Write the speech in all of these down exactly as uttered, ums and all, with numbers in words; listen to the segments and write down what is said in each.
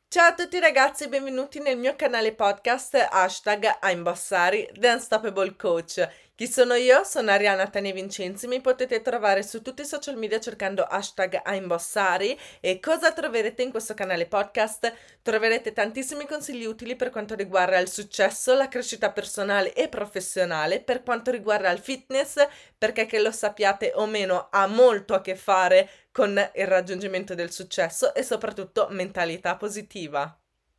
Ciao a tutti ragazzi e benvenuti nel mio canale podcast hashtag I'm Bossari, The Unstoppable Coach. Chi sono io? Sono Arianna Tania Vincenzi, mi potete trovare su tutti i social media cercando hashtag I'm Bossari. E cosa troverete in questo canale podcast? Troverete tantissimi consigli utili per quanto riguarda il successo, la crescita personale e professionale, per quanto riguarda il fitness, perché che lo sappiate o meno ha molto a che fare con il raggiungimento del successo e soprattutto mentalità positiva.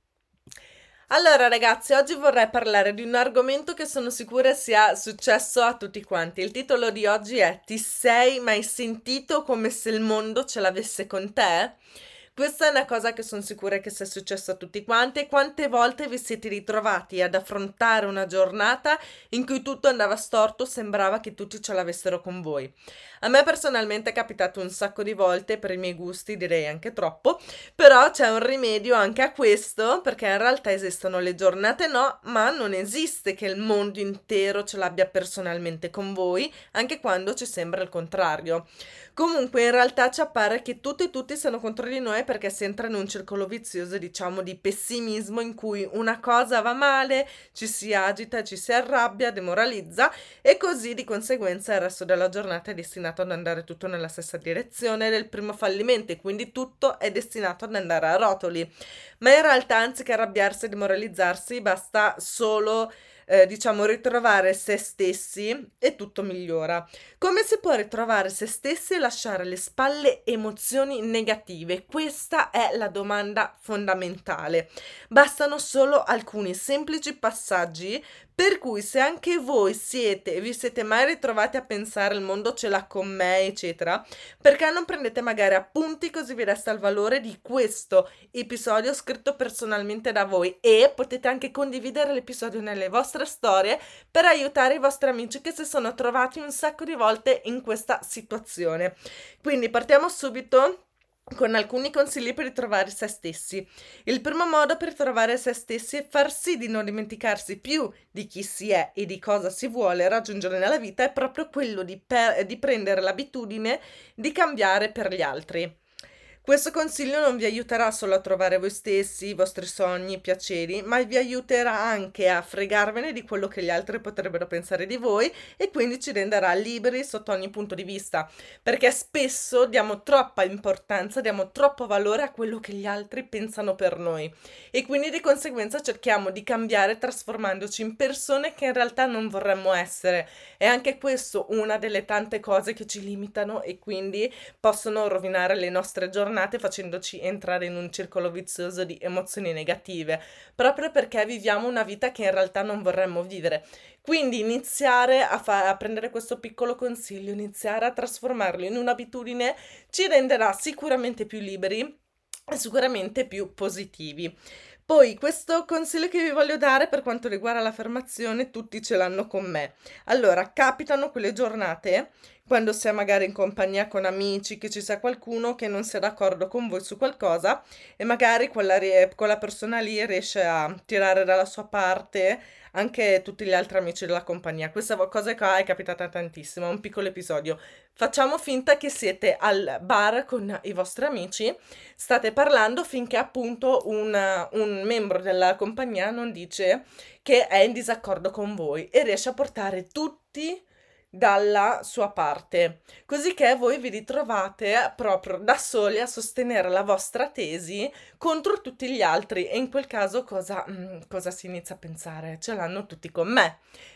Allora ragazzi, oggi vorrei parlare di un argomento che sono sicura sia successo a tutti quanti. Il titolo di oggi è: Ti sei mai sentito come se il mondo ce l'avesse con te? Questa è una cosa che sono sicura che sia successo a tutti quanti. Quante volte vi siete ritrovati ad affrontare una giornata in cui tutto andava storto, sembrava che tutti ce l'avessero con voi? A me personalmente è capitato un sacco di volte, per i miei gusti direi anche troppo, però c'è un rimedio anche a questo, perché in realtà esistono le giornate no, ma non esiste che il mondo intero ce l'abbia personalmente con voi, anche quando ci sembra il contrario. Comunque in realtà ci appare che tutti e tutti siano contro di noi perché si entra in un circolo vizioso, diciamo, di pessimismo in cui una cosa va male, ci si agita, ci si arrabbia, demoralizza e così di conseguenza il resto della giornata è destinato ad andare tutto nella stessa direzione del primo fallimento e quindi tutto è destinato ad andare a rotoli. Ma in realtà anziché arrabbiarsi e demoralizzarsi basta solo eh, diciamo ritrovare se stessi e tutto migliora. Come si può ritrovare se stessi e lasciare alle spalle emozioni negative? Questa è la domanda fondamentale. Bastano solo alcuni semplici passaggi per cui se anche voi siete e vi siete mai ritrovati a pensare il mondo ce l'ha con me, eccetera, perché non prendete magari appunti così vi resta il valore di questo episodio scritto personalmente da voi e potete anche condividere l'episodio nelle vostre storie per aiutare i vostri amici che si sono trovati un sacco di volte in questa situazione. Quindi partiamo subito con alcuni consigli per ritrovare se stessi. Il primo modo per trovare se stessi è far sì di non dimenticarsi più di chi si è e di cosa si vuole raggiungere nella vita, è proprio quello di, per- di prendere l'abitudine di cambiare per gli altri. Questo consiglio non vi aiuterà solo a trovare voi stessi, i vostri sogni, i piaceri, ma vi aiuterà anche a fregarvene di quello che gli altri potrebbero pensare di voi e quindi ci renderà liberi sotto ogni punto di vista, perché spesso diamo troppa importanza, diamo troppo valore a quello che gli altri pensano per noi e quindi di conseguenza cerchiamo di cambiare trasformandoci in persone che in realtà non vorremmo essere. E anche questo una delle tante cose che ci limitano e quindi possono rovinare le nostre giornate facendoci entrare in un circolo vizioso di emozioni negative, proprio perché viviamo una vita che in realtà non vorremmo vivere. Quindi iniziare a, fa- a prendere questo piccolo consiglio, iniziare a trasformarlo in un'abitudine ci renderà sicuramente più liberi e sicuramente più positivi. Poi, questo consiglio che vi voglio dare per quanto riguarda l'affermazione, tutti ce l'hanno con me. Allora, capitano quelle giornate quando si è magari in compagnia con amici, che ci sia qualcuno che non sia d'accordo con voi su qualcosa e magari quella, rie- quella persona lì riesce a tirare dalla sua parte anche tutti gli altri amici della compagnia. Questa vo- cosa qua è capitata tantissimo, è un piccolo episodio. Facciamo finta che siete al bar con i vostri amici, state parlando finché appunto un, un membro della compagnia non dice che è in disaccordo con voi e riesce a portare tutti dalla sua parte, così che voi vi ritrovate proprio da soli a sostenere la vostra tesi contro tutti gli altri e in quel caso cosa, mm, cosa si inizia a pensare? Ce l'hanno tutti con me,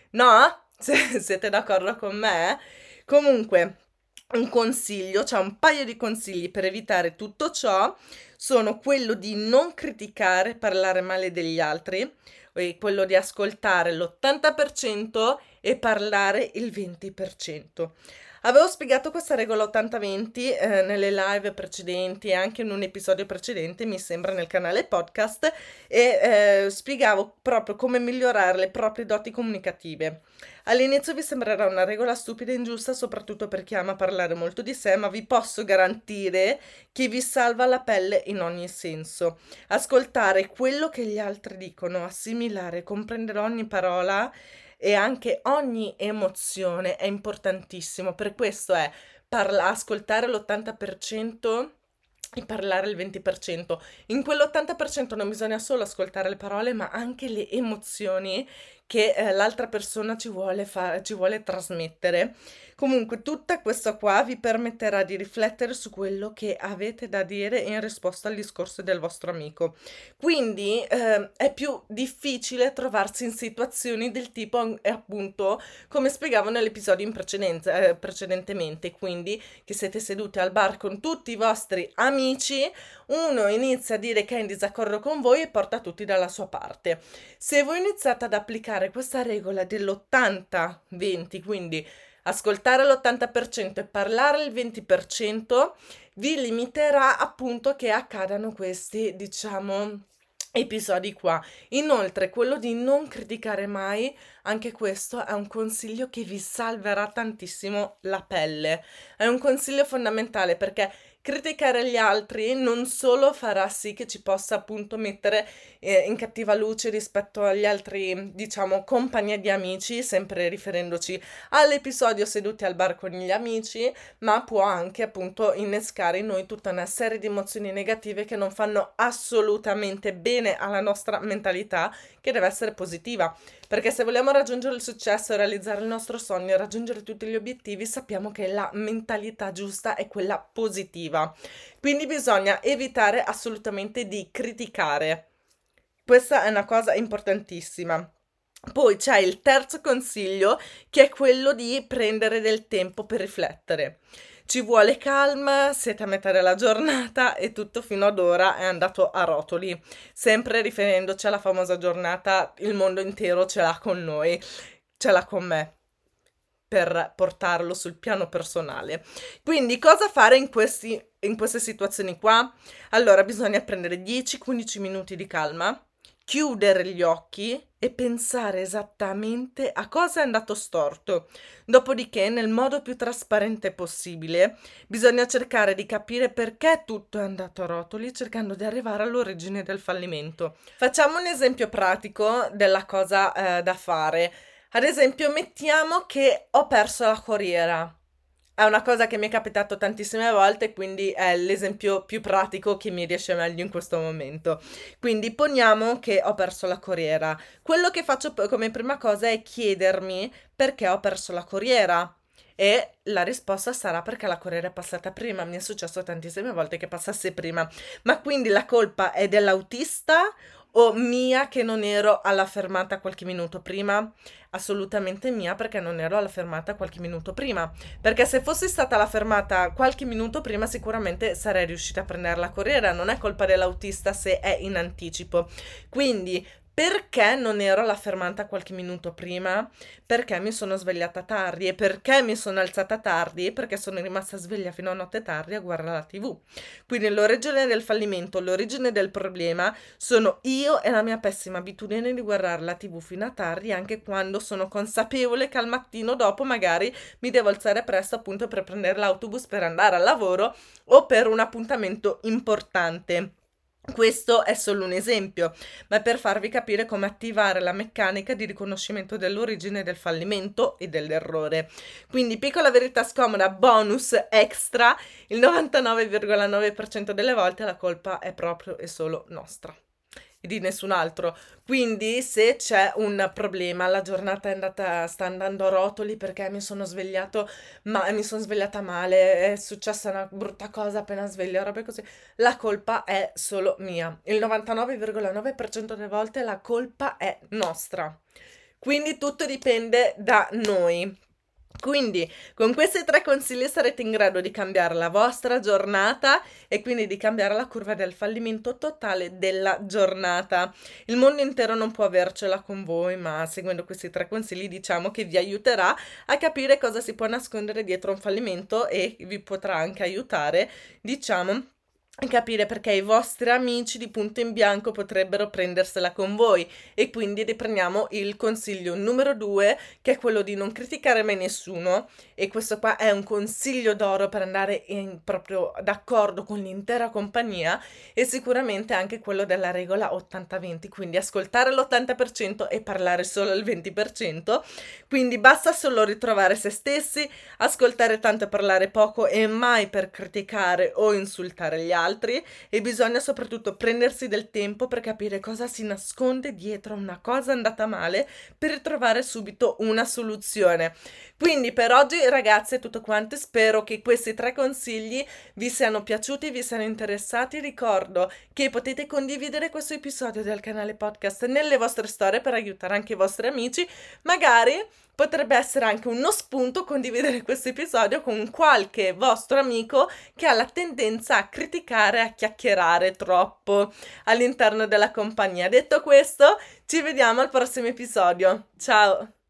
no? Se- siete d'accordo con me? Comunque, un consiglio, cioè un paio di consigli per evitare tutto ciò sono quello di non criticare, parlare male degli altri, e quello di ascoltare l'ottanta per cento e parlare il venti per cento. Avevo spiegato questa regola ottanta venti eh, nelle live precedenti e anche in un episodio precedente, mi sembra, nel canale podcast, e eh, spiegavo proprio come migliorare le proprie doti comunicative. All'inizio vi sembrerà una regola stupida e ingiusta, soprattutto per chi ama parlare molto di sé, ma vi posso garantire che vi salva la pelle in ogni senso. Ascoltare quello che gli altri dicono, assimilare, comprendere ogni parola e anche ogni emozione è importantissimo. Per questo è parla- ascoltare l'ottanta per cento e parlare il venti per cento. In quell'ottanta per cento non bisogna solo ascoltare le parole, ma anche le emozioni che eh, l'altra persona ci vuole, fa- ci vuole trasmettere. Comunque, tutta questa qua vi permetterà di riflettere su quello che avete da dire in risposta al discorso del vostro amico. Quindi eh, è più difficile trovarsi in situazioni del tipo, eh, appunto, come spiegavo nell'episodio in precedenza, eh, precedentemente, quindi che siete seduti al bar con tutti i vostri amici, uno inizia a dire che è in disaccordo con voi e porta tutti dalla sua parte. Se voi iniziate ad applicare questa regola dell'ottanta venti, quindi ascoltare l'ottanta per cento e parlare il venti per cento, vi limiterà appunto che accadano questi, diciamo, episodi qua. Inoltre, quello di non criticare mai, anche questo è un consiglio che vi salverà tantissimo la pelle. È un consiglio fondamentale perché criticare gli altri non solo farà sì che ci possa appunto mettere eh, in cattiva luce rispetto agli altri, diciamo, compagni di amici, sempre riferendoci all'episodio seduti al bar con gli amici, ma può anche appunto innescare in noi tutta una serie di emozioni negative che non fanno assolutamente bene alla nostra mentalità, che deve essere positiva. Perché se vogliamo raggiungere il successo, realizzare il nostro sogno, raggiungere tutti gli obiettivi, sappiamo che la mentalità giusta è quella positiva. Quindi bisogna evitare assolutamente di criticare. Questa è una cosa importantissima. Poi c'è il terzo consiglio, che è quello di prendere del tempo per riflettere. Ci vuole calma, siete a metà della giornata e tutto fino ad ora è andato a rotoli. Sempre riferendoci alla famosa giornata, il mondo intero ce l'ha con noi, ce l'ha con me, per portarlo sul piano personale. Quindi cosa fare in questi, in queste situazioni qua? Allora bisogna prendere dieci quindici minuti di calma, chiudere gli occhi e pensare esattamente a cosa è andato storto. Dopodiché, nel modo più trasparente possibile, bisogna cercare di capire perché tutto è andato a rotoli, cercando di arrivare all'origine del fallimento. Facciamo un esempio pratico della cosa eh, da fare. Ad esempio, mettiamo che ho perso la corriera. È una cosa che mi è capitato tantissime volte, quindi è l'esempio più pratico che mi riesce meglio in questo momento. Quindi poniamo che ho perso la corriera. Quello che faccio p- come prima cosa è chiedermi perché ho perso la corriera. E la risposta sarà perché la corriera è passata prima. Mi è successo tantissime volte che passasse prima. Ma quindi la colpa è dell'autista o mia che non ero alla fermata qualche minuto prima? Assolutamente mia perché non ero alla fermata qualche minuto prima. Perché se fossi stata alla fermata qualche minuto prima sicuramente sarei riuscita a prendere la corriera. Non è colpa dell'autista se è in anticipo. Quindi perché non ero alla fermata qualche minuto prima? Perché mi sono svegliata tardi. E perché mi sono alzata tardi? Perché sono rimasta sveglia fino a notte tardi a guardare la tivù. Quindi l'origine del fallimento, l'origine del problema sono io e la mia pessima abitudine di guardare la tivù fino a tardi, anche quando sono consapevole che al mattino dopo magari mi devo alzare presto appunto per prendere l'autobus per andare al lavoro o per un appuntamento importante. Questo è solo un esempio, ma per farvi capire come attivare la meccanica di riconoscimento dell'origine del fallimento e dell'errore. Quindi, piccola verità scomoda, bonus extra, il novantanove virgola nove per cento delle volte la colpa è proprio e solo nostra e di nessun altro. Quindi, se c'è un problema, la giornata è andata, sta andando a rotoli perché mi sono svegliato, ma mi sono svegliata male, è successa una brutta cosa appena sveglia, robe così, la colpa è solo mia. Il novantanove virgola nove per cento delle volte la colpa è nostra. Quindi tutto dipende da noi. Quindi con questi tre consigli sarete in grado di cambiare la vostra giornata e quindi di cambiare la curva del fallimento totale della giornata. Il mondo intero non può avercela con voi, ma seguendo questi tre consigli diciamo che vi aiuterà a capire cosa si può nascondere dietro un fallimento e vi potrà anche aiutare, diciamo, a capire perché i vostri amici di punto in bianco potrebbero prendersela con voi. E quindi riprendiamo il consiglio numero due, che è quello di non criticare mai nessuno, e questo qua è un consiglio d'oro per andare in proprio d'accordo con l'intera compagnia, e sicuramente anche quello della regola ottanta venti, quindi ascoltare l'ottanta per cento e parlare solo il venti per cento. Quindi basta solo ritrovare se stessi, ascoltare tanto e parlare poco e mai per criticare o insultare gli altri, altri e bisogna soprattutto prendersi del tempo per capire cosa si nasconde dietro a una cosa andata male per trovare subito una soluzione. Quindi per oggi ragazzi è tutto quanto, spero che questi tre consigli vi siano piaciuti, vi siano interessati. Ricordo che potete condividere questo episodio del canale podcast nelle vostre storie per aiutare anche i vostri amici. Magari potrebbe essere anche uno spunto condividere questo episodio con qualche vostro amico che ha la tendenza a criticare, a chiacchierare troppo all'interno della compagnia. Detto questo, ci vediamo al prossimo episodio. Ciao!